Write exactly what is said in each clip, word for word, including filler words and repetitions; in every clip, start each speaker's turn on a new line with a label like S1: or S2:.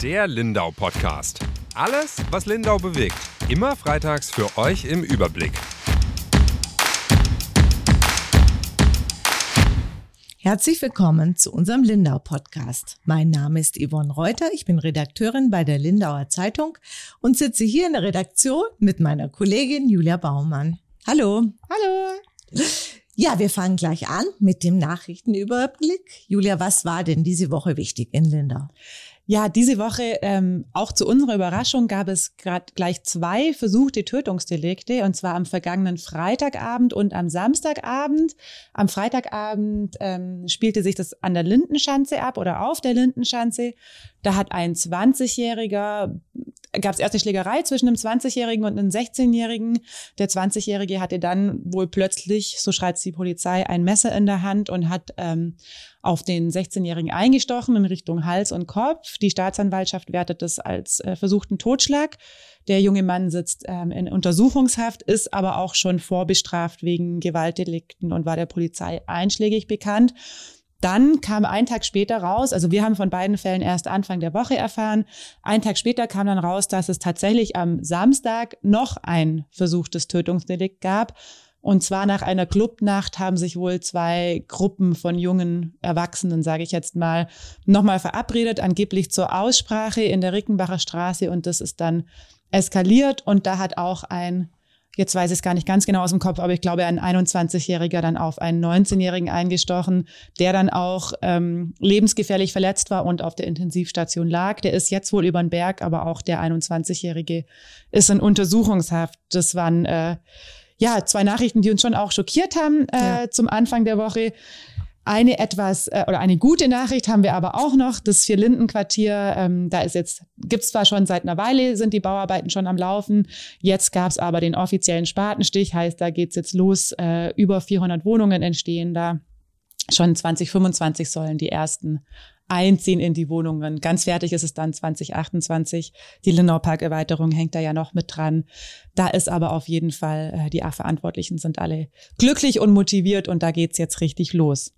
S1: Der Lindau-Podcast. Alles, was Lindau bewegt. Immer freitags für euch im Überblick.
S2: Herzlich willkommen zu unserem Lindau-Podcast. Mein Name ist Yvonne Reuter, ich bin Redakteurin bei der Lindauer Zeitung und sitze hier in der Redaktion mit meiner Kollegin Julia Baumann. Hallo.
S3: Hallo.
S2: Ja, wir fangen gleich an mit dem Nachrichtenüberblick. Julia, was war denn diese Woche wichtig in Lindau?
S3: Ja, diese Woche, ähm, auch zu unserer Überraschung, gab es gerade gleich zwei versuchte Tötungsdelikte, und zwar am vergangenen Freitagabend und am Samstagabend. Am Freitagabend ähm, spielte sich das an der Lindenschanze ab oder auf der Lindenschanze. Da hat ein zwanzigjähriger, gab es erst eine Schlägerei zwischen einem zwanzigjährigen und einem sechzehnjährigen. Der zwanzigjährige hatte dann wohl plötzlich, so schreibt die Polizei, ein Messer in der Hand und hat ähm, auf den sechzehnjährigen eingestochen in Richtung Hals und Kopf. Die Staatsanwaltschaft wertet das als äh, versuchten Totschlag. Der junge Mann sitzt ähm, in Untersuchungshaft, ist aber auch schon vorbestraft wegen Gewaltdelikten und war der Polizei einschlägig bekannt. Dann kam ein Tag später raus, also wir haben von beiden Fällen erst Anfang der Woche erfahren, ein Tag später kam dann raus, dass es tatsächlich am Samstag noch ein versuchtes Tötungsdelikt gab. Und zwar nach einer Clubnacht haben sich wohl zwei Gruppen von jungen Erwachsenen, sage ich jetzt mal, nochmal verabredet, angeblich zur Aussprache in der Rickenbacher Straße, und das ist dann eskaliert, und da hat auch ein, jetzt weiß ich es gar nicht ganz genau aus dem Kopf, aber ich glaube, ein einundzwanzigjähriger dann auf einen neunzehnjährigen eingestochen, der dann auch ähm, lebensgefährlich verletzt war und auf der Intensivstation lag. Der ist jetzt wohl über den Berg, aber auch der einundzwanzigjährige ist in Untersuchungshaft. Das waren äh, ja zwei Nachrichten, die uns schon auch schockiert haben äh, ja. zum Anfang der Woche. Eine etwas äh, oder eine gute Nachricht haben wir aber auch noch. Das Vier-Linden-Quartier, ähm, da ist jetzt, gibt's zwar schon seit einer Weile, sind die Bauarbeiten schon am Laufen. Jetzt gab's aber den offiziellen Spatenstich, heißt, da geht's jetzt los. Äh, über vierhundert Wohnungen entstehen da. Schon zwanzig fünfundzwanzig sollen die ersten einziehen in die Wohnungen. Ganz fertig ist es dann zwanzig achtundzwanzig. Die Lindau-Park-Erweiterung hängt da ja noch mit dran. Da ist aber auf jeden Fall, äh, die Verantwortlichen sind alle glücklich und motiviert, und da geht's jetzt richtig los.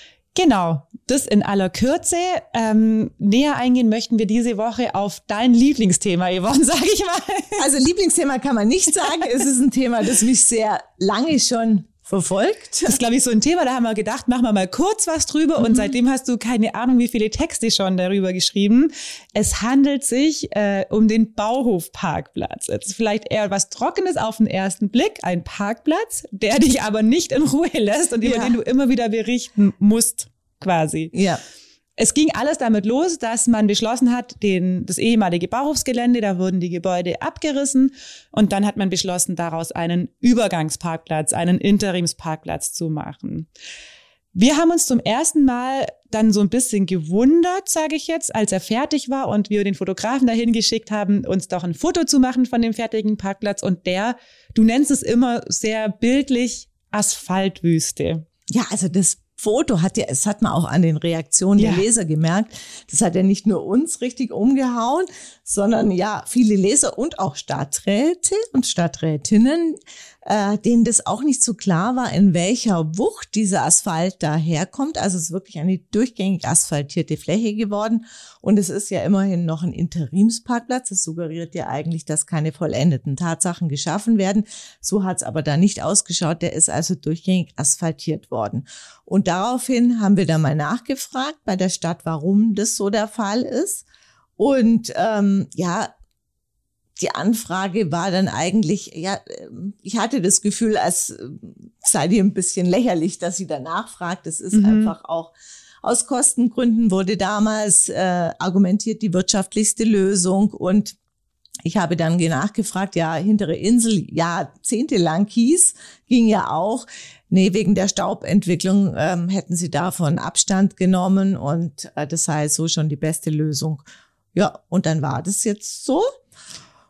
S3: Genau, das in aller Kürze. Ähm, näher eingehen möchten wir diese Woche auf dein Lieblingsthema, Yvonne, sage ich mal.
S2: Also Lieblingsthema kann man nicht sagen. Es ist ein Thema, das mich sehr lange schon verfolgt.
S3: Das ist, glaube ich, so ein Thema, da haben wir gedacht, machen wir mal kurz was drüber, mhm. und seitdem hast du keine Ahnung, wie viele Texte schon darüber geschrieben. Es handelt sich äh, um den Bauhofparkplatz. Jetzt vielleicht eher was Trockenes auf den ersten Blick, ein Parkplatz, der dich aber nicht in Ruhe lässt und über ja. den du immer wieder berichten musst, quasi.
S2: Ja.
S3: Es ging alles damit los, dass man beschlossen hat, den, das ehemalige Bauhofsgelände, da wurden die Gebäude abgerissen, und dann hat man beschlossen, daraus einen Übergangsparkplatz, einen Interimsparkplatz zu machen. Wir haben uns zum ersten Mal dann so ein bisschen gewundert, sage ich jetzt, als er fertig war und wir den Fotografen dahin geschickt haben, uns doch ein Foto zu machen von dem fertigen Parkplatz, und der, du nennst es immer sehr bildlich, Asphaltwüste.
S2: Ja, also das Foto hat ja, es hat man auch an den Reaktionen ja. der Leser gemerkt, das hat ja nicht nur uns richtig umgehauen, sondern ja viele Leser und auch Stadträte und Stadträtinnen, äh, denen das auch nicht so klar war, in welcher Wucht dieser Asphalt daherkommt. Also es ist wirklich eine durchgängig asphaltierte Fläche geworden, und es ist ja immerhin noch ein Interimsparkplatz. Das suggeriert ja eigentlich, dass keine vollendeten Tatsachen geschaffen werden. So hat es aber da nicht ausgeschaut. Der ist also durchgängig asphaltiert worden. Und daraufhin haben wir da mal nachgefragt bei der Stadt, warum das so der Fall ist. Und ähm, ja, die Anfrage war dann eigentlich, ja, ich hatte das Gefühl, als sei die ein bisschen lächerlich, dass sie danach fragt. Das ist mhm. einfach auch aus Kostengründen wurde damals äh, argumentiert die wirtschaftlichste Lösung. Und ich habe dann nachgefragt, ja, hintere Insel, jahrzehntelang Kies, ging ja auch. Nee, wegen der Staubentwicklung ähm, hätten sie davon Abstand genommen, und äh, das sei so schon die beste Lösung. Ja, und dann war das jetzt so.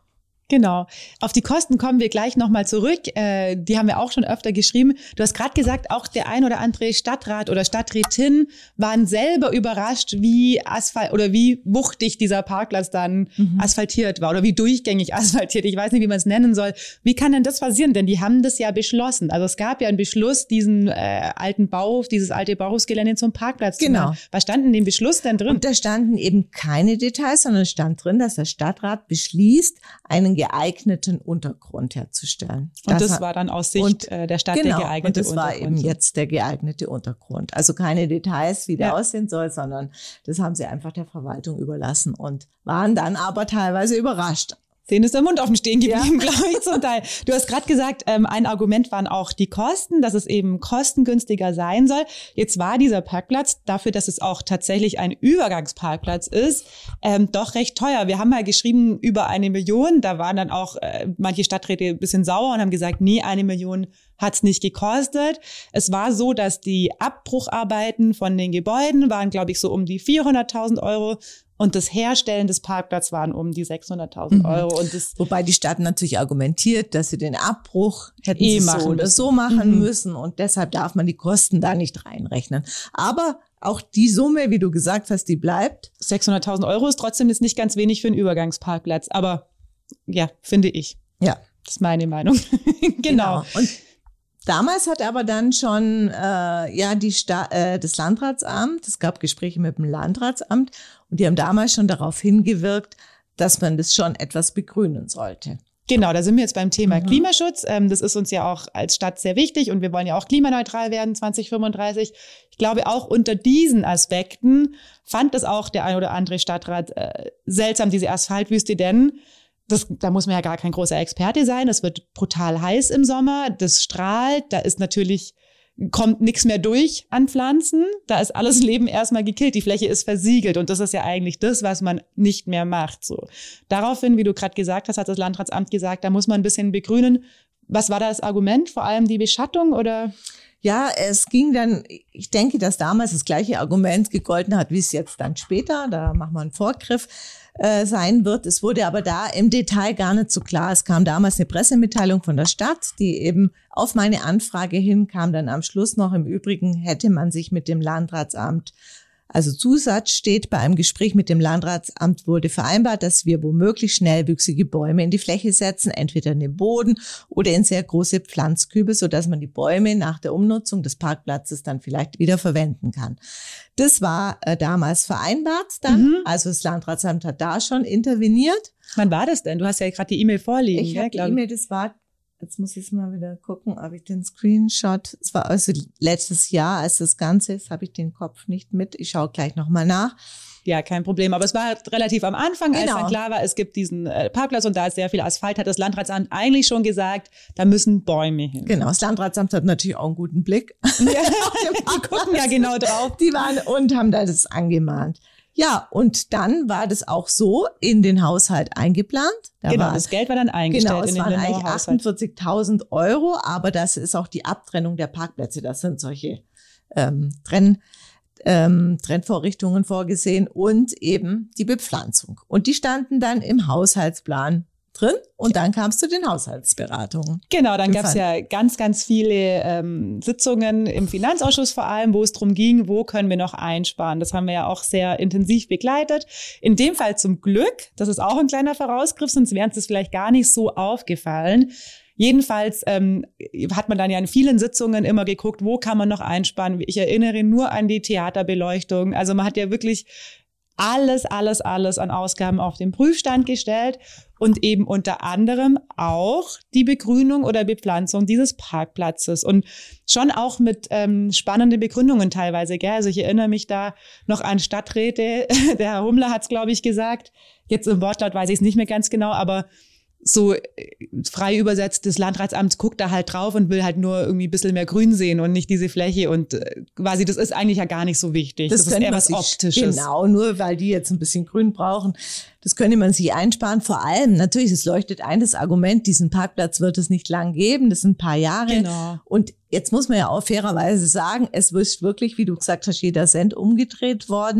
S3: Genau. Auf die Kosten kommen wir gleich nochmal zurück. Äh, die haben wir auch schon öfter geschrieben. Du hast gerade gesagt, auch der ein oder andere Stadtrat oder Stadträtin waren selber überrascht, wie asphalt oder wie wuchtig dieser Parkplatz dann mhm. asphaltiert war oder wie durchgängig asphaltiert. Ich weiß nicht, wie man es nennen soll. Wie kann denn das passieren? Denn die haben das ja beschlossen. Also es gab ja einen Beschluss, diesen äh, alten Bauhof, dieses alte Bauhofsgelände zum Parkplatz
S2: genau.
S3: zu machen. Was stand in dem Beschluss denn drin?
S2: Und da standen eben keine Details, sondern es stand drin, dass der Stadtrat beschließt, einen geeigneten Untergrund herzustellen.
S3: Und das,
S2: das
S3: war dann aus Sicht
S2: und,
S3: äh, der Stadt
S2: genau,
S3: der geeignete
S2: Untergrund. Und das
S3: Untergrund.
S2: war eben jetzt der geeignete Untergrund. Also keine Details, wie der ja. aussehen soll, sondern das haben sie einfach der Verwaltung überlassen und waren dann aber teilweise überrascht.
S3: Denen ist der Mund offen stehen geblieben,
S2: ja.
S3: glaube ich, zum Teil. Du hast gerade gesagt, ähm, ein Argument waren auch die Kosten, dass es eben kostengünstiger sein soll. Jetzt war dieser Parkplatz, dafür, dass es auch tatsächlich ein Übergangsparkplatz ist, ähm, doch recht teuer. Wir haben mal geschrieben, über eine Million. Da waren dann auch äh, manche Stadträte ein bisschen sauer und haben gesagt, nee, eine Million hat's nicht gekostet. Es war so, dass die Abbrucharbeiten von den Gebäuden waren, glaube ich, so um die vierhunderttausend Euro. Und das Herstellen des Parkplatzes waren um die sechshunderttausend Euro. Und das
S2: Wobei die Stadt natürlich argumentiert, dass sie den Abbruch hätten
S3: eh
S2: sie
S3: machen
S2: so oder
S3: müssen.
S2: so machen
S3: Mhm.
S2: müssen. Und deshalb darf man die Kosten da nicht reinrechnen. Aber auch die Summe, wie du gesagt hast, die bleibt.
S3: sechshunderttausend Euro ist trotzdem jetzt nicht ganz wenig für einen Übergangsparkplatz. Aber ja, finde ich.
S2: Ja.
S3: Das ist meine Meinung. genau.
S2: genau. Und damals hat aber dann schon äh, ja die Sta- äh, das Landratsamt, es gab Gespräche mit dem Landratsamt und die haben damals schon darauf hingewirkt, dass man das schon etwas begrünen sollte.
S3: Genau, da sind wir jetzt beim Thema
S2: Mhm.
S3: Klimaschutz. Ähm, das ist uns ja auch als Stadt sehr wichtig und wir wollen ja auch klimaneutral werden zwanzig fünfunddreißig. Ich glaube, auch unter diesen Aspekten fand es auch der ein oder andere Stadtrat äh, seltsam, diese Asphaltwüste, denn Das, da muss man ja gar kein großer Experte sein. Es wird brutal heiß im Sommer. Das strahlt. Da ist natürlich, kommt nichts mehr durch an Pflanzen. Da ist alles Leben erstmal gekillt. Die Fläche ist versiegelt. Und das ist ja eigentlich das, was man nicht mehr macht. So. Daraufhin, wie du gerade gesagt hast, hat das Landratsamt gesagt, da muss man ein bisschen begrünen. Was war da das Argument? Vor allem die Beschattung oder?
S2: Ja, es ging dann, ich denke, dass damals das gleiche Argument gegolten hat, wie es jetzt dann später, da machen wir einen Vorgriff, äh, sein wird. Es wurde aber da im Detail gar nicht so klar. Es kam damals eine Pressemitteilung von der Stadt, die eben auf meine Anfrage hin kam, dann am Schluss noch. Im Übrigen hätte man sich mit dem Landratsamt, also Zusatz steht, bei einem Gespräch mit dem Landratsamt wurde vereinbart, dass wir womöglich schnellwüchsige Bäume in die Fläche setzen, entweder in den Boden oder in sehr große Pflanzkübel, sodass man die Bäume nach der Umnutzung des Parkplatzes dann vielleicht wieder verwenden kann. Das war äh, damals vereinbart dann. Mhm. Also das Landratsamt hat da schon interveniert.
S3: Wann war das denn? Du hast ja gerade die E-Mail vorliegen.
S2: Ich
S3: ja,
S2: habe die E-Mail, das war, jetzt muss ich es mal wieder gucken, ob ich den Screenshot, es war also letztes Jahr, als das Ganze ist, habe ich den Kopf nicht mit. Ich schaue gleich nochmal nach.
S3: Ja, kein Problem. Aber es war relativ am Anfang, als
S2: Genau.
S3: dann klar war, es gibt diesen äh, Parkplatz und da ist sehr viel Asphalt, hat das Landratsamt eigentlich schon gesagt, da müssen Bäume hin.
S2: Genau, das Landratsamt hat natürlich auch einen guten Blick.
S3: Ja, die gucken ja genau drauf.
S2: Die waren und haben da das angemahnt. Ja, und dann war das auch so in den Haushalt eingeplant. Da
S3: genau,
S2: war,
S3: das Geld war dann eingestellt
S2: genau, es
S3: in den
S2: waren eigentlich
S3: Haushalt.
S2: achtundvierzigtausend Euro, aber das ist auch die Abtrennung der Parkplätze. Das sind solche ähm, Trenn, ähm, Trennvorrichtungen vorgesehen und eben die Bepflanzung. Und die standen dann im Haushaltsplan drin und dann kam es zu den Haushaltsberatungen.
S3: Genau, dann gab es ja ganz, ganz viele ähm, Sitzungen im Finanzausschuss vor allem, wo es darum ging, wo können wir noch einsparen. Das haben wir ja auch sehr intensiv begleitet. In dem Fall zum Glück, das ist auch ein kleiner Vorausgriff, sonst wäre uns das vielleicht gar nicht so aufgefallen. Jedenfalls ähm, hat man dann ja in vielen Sitzungen immer geguckt, wo kann man noch einsparen. Ich erinnere nur an die Theaterbeleuchtung. Also man hat ja wirklich alles, alles, alles an Ausgaben auf den Prüfstand gestellt und eben unter anderem auch die Begrünung oder Bepflanzung dieses Parkplatzes und schon auch mit ähm, spannenden Begründungen teilweise. Gell? Also ich erinnere mich da noch an Stadträte, der Herr Hummler hat es, glaube ich, gesagt, jetzt im Wortlaut weiß ich es nicht mehr ganz genau, aber so frei übersetzt, das Landratsamt guckt da halt drauf und will halt nur irgendwie ein bisschen mehr Grün sehen und nicht diese Fläche und äh, quasi, das ist eigentlich ja gar nicht so wichtig. Das, das ist eher was Optisches.
S2: Genau, nur weil die jetzt ein bisschen Grün brauchen, das könnte man sich einsparen. Vor allem, natürlich, es leuchtet ein, das Argument, diesen Parkplatz wird es nicht lang geben, das sind ein paar Jahre.
S3: Genau.
S2: Und jetzt muss man ja auch fairerweise sagen, es ist wirklich, wie du gesagt hast, jeder Cent umgedreht worden,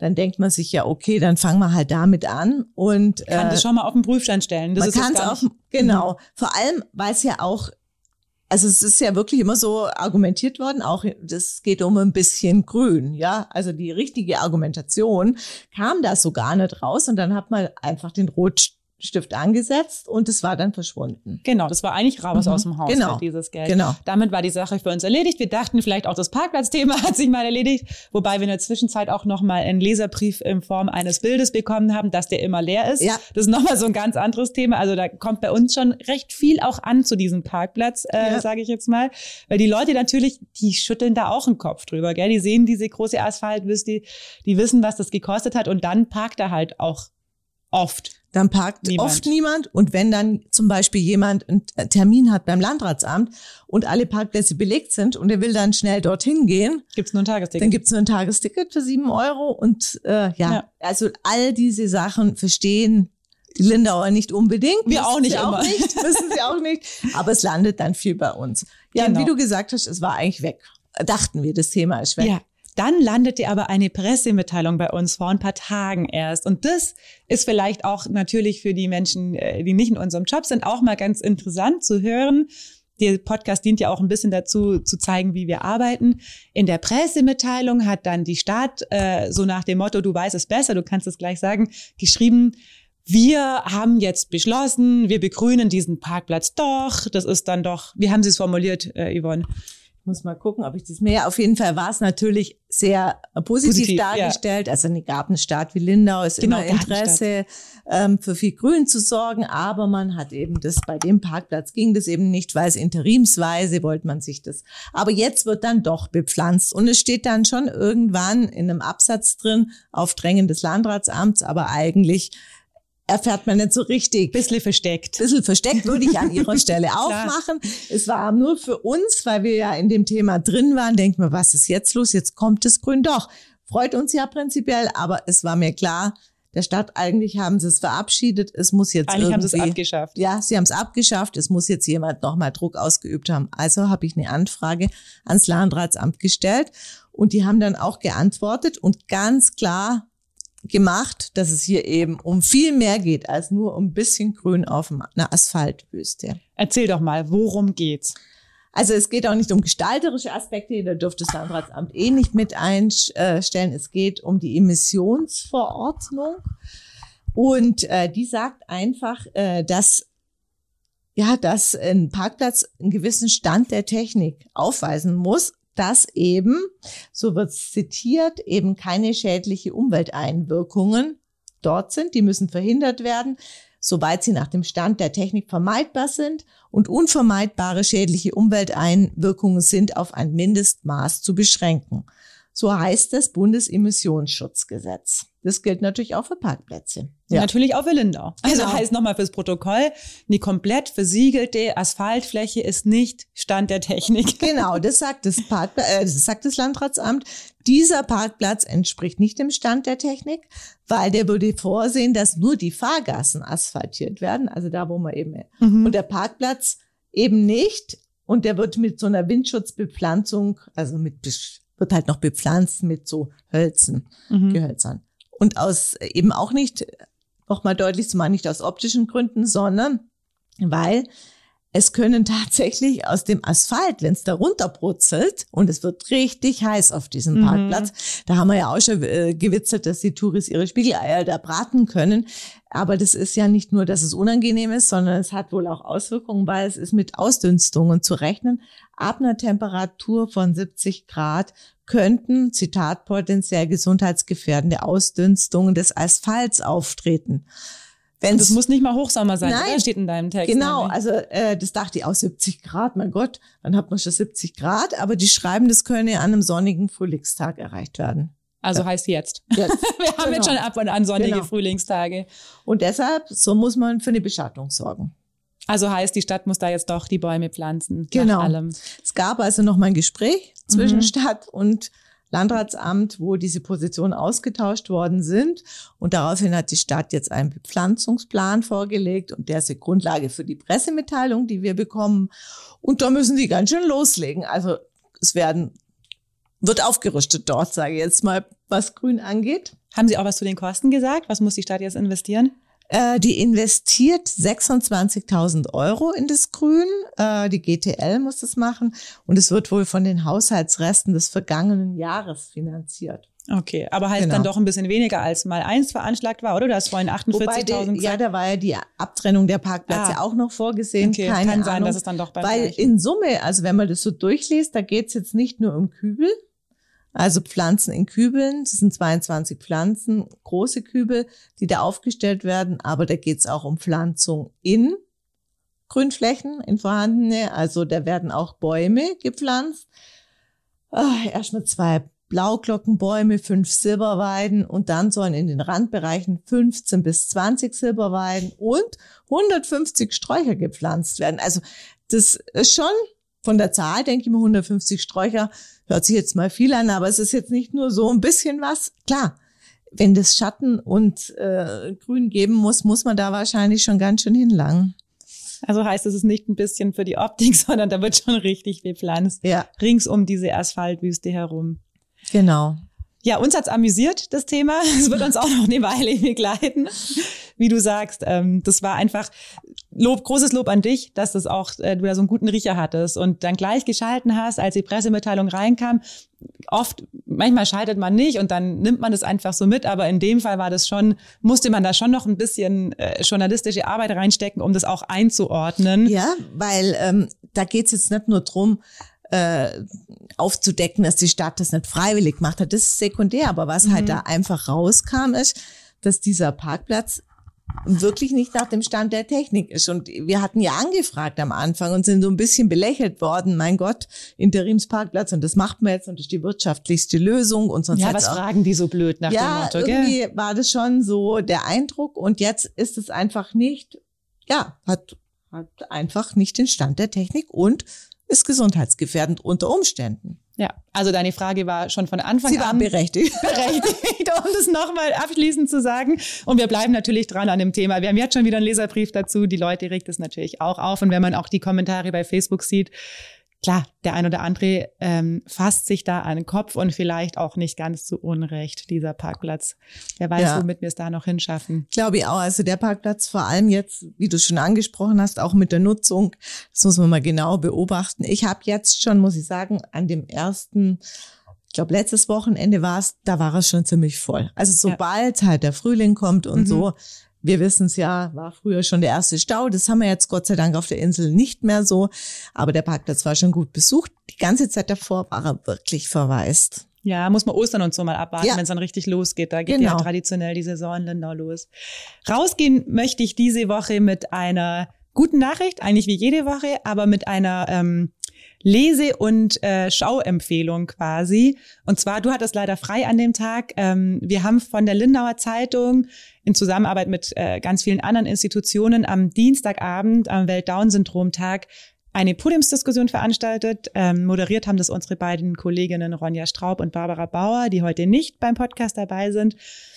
S2: dann denkt man sich ja, okay, dann fangen wir halt damit an. Und
S3: kann äh, das schon mal auf den Prüfstand stellen. Das
S2: man
S3: ist
S2: kann es auf, genau. Mhm. Vor allem, weil es ja auch, also es ist ja wirklich immer so argumentiert worden, auch das geht um ein bisschen Grün, ja. Also die richtige Argumentation kam da so gar nicht raus und dann hat man einfach den Rotstift angesetzt und es war dann verschwunden.
S3: Genau, das war eigentlich raus mhm. aus dem Haushalt,
S2: genau.
S3: dieses Geld.
S2: Genau.
S3: Damit war die Sache für uns erledigt. Wir dachten vielleicht auch, das Parkplatzthema hat sich mal erledigt, wobei wir in der Zwischenzeit auch noch mal einen Leserbrief in Form eines Bildes bekommen haben, dass der immer leer ist.
S2: Ja.
S3: Das ist noch mal so ein ganz anderes Thema. Also da kommt bei uns schon recht viel auch an zu diesem Parkplatz, äh, ja. sage ich jetzt mal. Weil die Leute natürlich, die schütteln da auch den Kopf drüber, gell? Die sehen diese große Asphaltwüste, die wissen, was das gekostet hat und dann parkt er halt auch oft.
S2: Dann parkt niemand. oft niemand. Und wenn dann zum Beispiel jemand einen Termin hat beim Landratsamt und alle Parkplätze belegt sind und er will dann schnell dorthin gehen,
S3: gibt's nur ein Tagesticket.
S2: Dann gibt's nur ein Tagesticket für sieben Euro. Und äh, ja, ja, also all diese Sachen verstehen die Lindauer nicht unbedingt.
S3: Wir auch nicht immer.
S2: Auch nicht, wissen sie auch nicht. Aber es landet dann viel bei uns. Ja, genau. Und wie du gesagt hast, es war eigentlich weg. Dachten wir, das Thema ist weg.
S3: Ja. Dann landete aber eine Pressemitteilung bei uns vor ein paar Tagen erst. Und das ist vielleicht auch natürlich für die Menschen, die nicht in unserem Job sind, auch mal ganz interessant zu hören. Der Podcast dient ja auch ein bisschen dazu, zu zeigen, wie wir arbeiten. In der Pressemitteilung hat dann die Stadt, äh, so nach dem Motto, du weißt es besser, du kannst es gleich sagen, geschrieben, wir haben jetzt beschlossen, wir begrünen diesen Parkplatz doch. Das ist dann doch, wie haben Sie es formuliert, äh, Yvonne?
S2: Ich muss mal gucken, ob ich das mehr. Auf jeden Fall war es natürlich sehr positiv, positiv dargestellt. Ja. Also eine Gartenstadt wie Lindau ist genau, immer Interesse, ähm, für viel Grün zu sorgen. Aber man hat eben das, bei dem Parkplatz ging das eben nicht, weil es interimsweise wollte man sich das. Aber jetzt wird dann doch bepflanzt. Und es steht dann schon irgendwann in einem Absatz drin, auf Drängen des Landratsamts, aber eigentlich erfährt man nicht so richtig.
S3: Bisschen versteckt.
S2: Bisschen versteckt würde ich an ihrer Stelle auch machen. Es war nur für uns, weil wir ja in dem Thema drin waren, denken wir, was ist jetzt los? Jetzt kommt das Grün doch. Freut uns ja prinzipiell, aber es war mir klar, der Stadt eigentlich haben sie es verabschiedet. Es muss jetzt
S3: eigentlich
S2: irgendwie,
S3: haben sie es abgeschafft.
S2: Ja, sie haben es abgeschafft. Es muss jetzt jemand nochmal Druck ausgeübt haben. Also habe ich eine Anfrage ans Landratsamt gestellt und die haben dann auch geantwortet und ganz klar gemacht, dass es hier eben um viel mehr geht als nur um ein bisschen Grün auf einer Asphaltwüste.
S3: Erzähl doch mal, worum geht's?
S2: Also es geht auch nicht um gestalterische Aspekte, da dürfte das Landratsamt eh nicht mit einstellen. Es geht um die Emissionsverordnung und äh, die sagt einfach, äh, dass ja, dass ein Parkplatz einen gewissen Stand der Technik aufweisen muss, dass eben, so wird es zitiert, eben keine schädliche Umwelteinwirkungen dort sind. Die müssen verhindert werden, soweit sie nach dem Stand der Technik vermeidbar sind. Und unvermeidbare schädliche Umwelteinwirkungen sind auf ein Mindestmaß zu beschränken. So heißt das Bundesemissionsschutzgesetz. Das gilt natürlich auch für Parkplätze.
S3: Ja. Natürlich auch für Lindau. Also genau. Heißt nochmal fürs Protokoll, eine komplett versiegelte Asphaltfläche ist nicht Stand der Technik.
S2: Genau, das sagt das, Park, äh, das sagt das Landratsamt. Dieser Parkplatz entspricht nicht dem Stand der Technik, weil der würde vorsehen, dass nur die Fahrgassen asphaltiert werden, also da, wo man eben, mhm. und der Parkplatz eben nicht. Und der wird mit so einer Windschutzbepflanzung, also mit wird halt noch bepflanzt mit so Hölzen, mhm. Gehölzern. Und aus eben auch nicht, nochmal deutlich zu machen, nicht aus optischen Gründen, sondern weil es können tatsächlich aus dem Asphalt, wenn es da runterbrutzelt und es wird richtig heiß auf diesem mhm. Parkplatz, da haben wir ja auch schon äh, gewitzelt, dass die Touris ihre Spiegeleier da braten können. Aber das ist ja nicht nur, dass es unangenehm ist, sondern es hat wohl auch Auswirkungen, weil es ist mit Ausdünstungen zu rechnen. Ab einer Temperatur von siebzig Grad könnten, Zitat, potenziell gesundheitsgefährdende Ausdünstungen des Asphalts auftreten.
S3: Wenn's, das muss nicht mal Hochsommer sein, nein, oder? Steht in deinem Text.
S2: Genau, nämlich. also äh, das dachte ich auch, siebzig Grad, mein Gott, dann hat man schon siebzig Grad, aber die schreiben, das könne an einem sonnigen Frühlingstag erreicht werden.
S3: Also ja. heißt jetzt.
S2: jetzt.
S3: Wir haben genau. jetzt schon ab und an sonnige genau. Frühlingstage.
S2: Und deshalb, so muss man für eine Beschattung sorgen.
S3: Also heißt, die Stadt muss da jetzt doch die Bäume pflanzen.
S2: Genau.
S3: Nach allem.
S2: Es gab also noch mal ein Gespräch zwischen mhm. Stadt und Landratsamt, wo diese Positionen ausgetauscht worden sind. Und daraufhin hat die Stadt jetzt einen Bepflanzungsplan vorgelegt und der ist die Grundlage für die Pressemitteilung, die wir bekommen. Und da müssen die ganz schön loslegen. Also es werden wird aufgerüstet dort, sage ich jetzt mal, was Grün angeht.
S3: Haben Sie auch was zu den Kosten gesagt? Was muss die Stadt jetzt investieren?
S2: Äh, die investiert sechsundzwanzigtausend Euro in das Grün. Äh, die G T L muss das machen. Und es wird wohl von den Haushaltsresten des vergangenen Jahres finanziert.
S3: Okay, aber heißt genau. dann doch ein bisschen weniger als mal eins veranschlagt war, oder? Du hast vorhin achtundvierzigtausend
S2: gesagt. Ja, da war ja die Abtrennung der Parkplätze ah. auch noch vorgesehen.
S3: Okay,
S2: Keine
S3: kann sein,
S2: Ahnung,
S3: dass es dann doch beim
S2: Weil
S3: gleichen.
S2: in Summe, also wenn man das so durchliest, da geht's jetzt nicht nur um Kübel, also Pflanzen in Kübeln, das sind zweiundzwanzig Pflanzen, große Kübel, die da aufgestellt werden, aber da geht's auch um Pflanzung in Grünflächen, in vorhandene, also da werden auch Bäume gepflanzt. Ah, erstmal zwei Blauglockenbäume, fünf Silberweiden und dann sollen in den Randbereichen fünfzehn bis zwanzig Silberweiden und hundertfünfzig Sträucher gepflanzt werden. Also das ist schon von der Zahl, denke ich mal, hundertfünfzig Sträucher hört sich jetzt mal viel an, aber es ist jetzt nicht nur so ein bisschen was. Klar, wenn das Schatten und äh, Grün geben muss, muss man da wahrscheinlich schon ganz schön hinlangen.
S3: Also heißt es ist nicht ein bisschen für die Optik, sondern da wird schon richtig bepflanzt.
S2: Ja.
S3: Rings um diese Asphaltwüste herum.
S2: Genau.
S3: Ja, uns hat's amüsiert, das Thema. Es wird uns auch noch eine Weile begleiten. Wie du sagst, ähm, das war einfach Lob, großes Lob an dich, dass das auch, äh, du da so einen guten Riecher hattest und dann gleich geschalten hast, als die Pressemitteilung reinkam. Oft, manchmal schaltet man nicht und dann nimmt man das einfach so mit, aber in dem Fall war das schon, musste man da schon noch ein bisschen äh, journalistische Arbeit reinstecken, um das auch einzuordnen.
S2: Ja, weil ähm, da geht's jetzt nicht nur drum, äh, aufzudecken, dass die Stadt das nicht freiwillig gemacht hat. Das ist sekundär, aber was mhm. halt da einfach rauskam, ist, dass dieser Parkplatz wirklich nicht nach dem Stand der Technik ist. Und wir hatten ja angefragt am Anfang und sind so ein bisschen belächelt worden. Mein Gott, Interimsparkplatz und das macht man jetzt und das ist die wirtschaftlichste Lösung. Und sonst
S3: ja, was auch, fragen die so blöd nach
S2: ja,
S3: dem Motto, gell?
S2: Irgendwie war das schon so der Eindruck und jetzt ist es einfach nicht, ja, hat, hat einfach nicht den Stand der Technik und ist gesundheitsgefährdend unter Umständen.
S3: Ja, also deine Frage war schon von Anfang
S2: Sie war
S3: an
S2: berechtigt.
S3: berechtigt, um das nochmal abschließend zu sagen. Und wir bleiben natürlich dran an dem Thema. Wir haben jetzt schon wieder einen Leserbrief dazu. Die Leute regt es natürlich auch auf. Und wenn man auch die Kommentare bei Facebook sieht, klar, der ein oder andere ähm, fasst sich da an den Kopf und vielleicht auch nicht ganz zu Unrecht, dieser Parkplatz. Wer weiß, ja. womit wir es da noch hinschaffen.
S2: Glaube ich auch. Also der Parkplatz, vor allem jetzt, wie du schon angesprochen hast, auch mit der Nutzung, das muss man mal genau beobachten. Ich habe jetzt schon, muss ich sagen, an dem ersten, ich glaube letztes Wochenende war es, da war es schon ziemlich voll. Also sobald ja. halt der Frühling kommt und mhm. so, wir wissen es ja, war früher schon der erste Stau. Das haben wir jetzt Gott sei Dank auf der Insel nicht mehr so. Aber der Parkplatz war schon gut besucht. Die ganze Zeit davor war er wirklich verwaist.
S3: Ja, muss man Ostern und so mal abwarten,
S2: ja.
S3: wenn es dann richtig losgeht. Da geht
S2: genau.
S3: ja traditionell die Saison in Lindau los. Rausgehen möchte ich diese Woche mit einer guten Nachricht, eigentlich wie jede Woche, aber mit einer ähm, Lese- und äh, Schauempfehlung quasi. Und zwar, du hattest leider frei an dem Tag. Ähm, wir haben von der Lindauer Zeitung in Zusammenarbeit mit äh, ganz vielen anderen Institutionen am Dienstagabend, am Welt-Down-Syndrom-Tag, eine Podiumsdiskussion veranstaltet. Ähm, moderiert haben das unsere beiden Kolleginnen Ronja Straub und Barbara Bauer, die heute nicht beim Podcast dabei sind.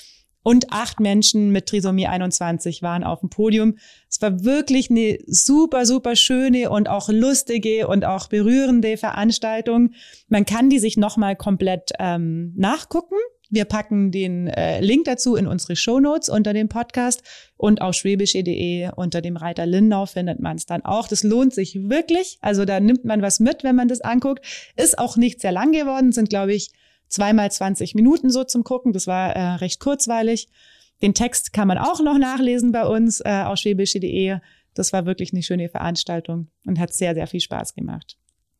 S3: Und acht Menschen mit Trisomie einundzwanzig waren auf dem Podium. Es war wirklich eine super, super schöne und auch lustige und auch berührende Veranstaltung. Man kann die sich nochmal komplett ähm, nachgucken. Wir packen den äh, Link dazu in unsere Shownotes unter dem Podcast und auf schwäbische punkt de unter dem Reiter Lindau findet man es dann auch. Das lohnt sich wirklich. Also da nimmt man was mit, wenn man das anguckt. Ist auch nicht sehr lang geworden, sind glaube ich zweimal zwanzig Minuten so zum Gucken. Das war äh, recht kurzweilig. Den Text kann man auch noch nachlesen bei uns äh, auf schwäbische punkt de. Das war wirklich eine schöne Veranstaltung und hat sehr, sehr viel Spaß gemacht.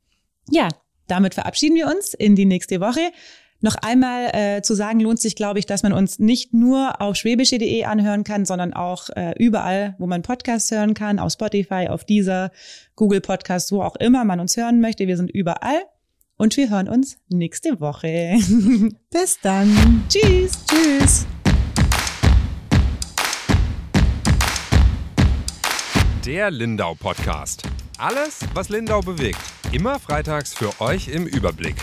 S3: Ja, damit verabschieden wir uns in die nächste Woche. Noch einmal äh, zu sagen lohnt sich, glaube ich, dass man uns nicht nur auf schwäbische punkt de anhören kann, sondern auch äh, überall, wo man Podcasts hören kann, auf Spotify, auf Deezer, Google Podcasts, wo auch immer man uns hören möchte. Wir sind überall und wir hören uns nächste Woche.
S2: Bis dann.
S3: Tschüss.
S2: Tschüss.
S1: Der Lindau Podcast. Alles, was Lindau bewegt. Immer freitags für euch im Überblick.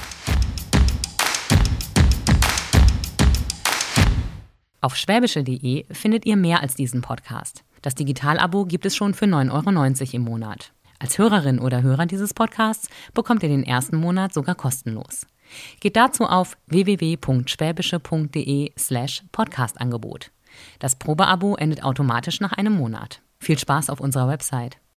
S4: Auf schwäbische punkt de findet ihr mehr als diesen Podcast. Das Digitalabo gibt es schon für neun Euro neunzig im Monat. Als Hörerin oder Hörer dieses Podcasts bekommt ihr den ersten Monat sogar kostenlos. Geht dazu auf w w w punkt schwäbische punkt d e slash Podcastangebot. Das Probeabo endet automatisch nach einem Monat. Viel Spaß auf unserer Website.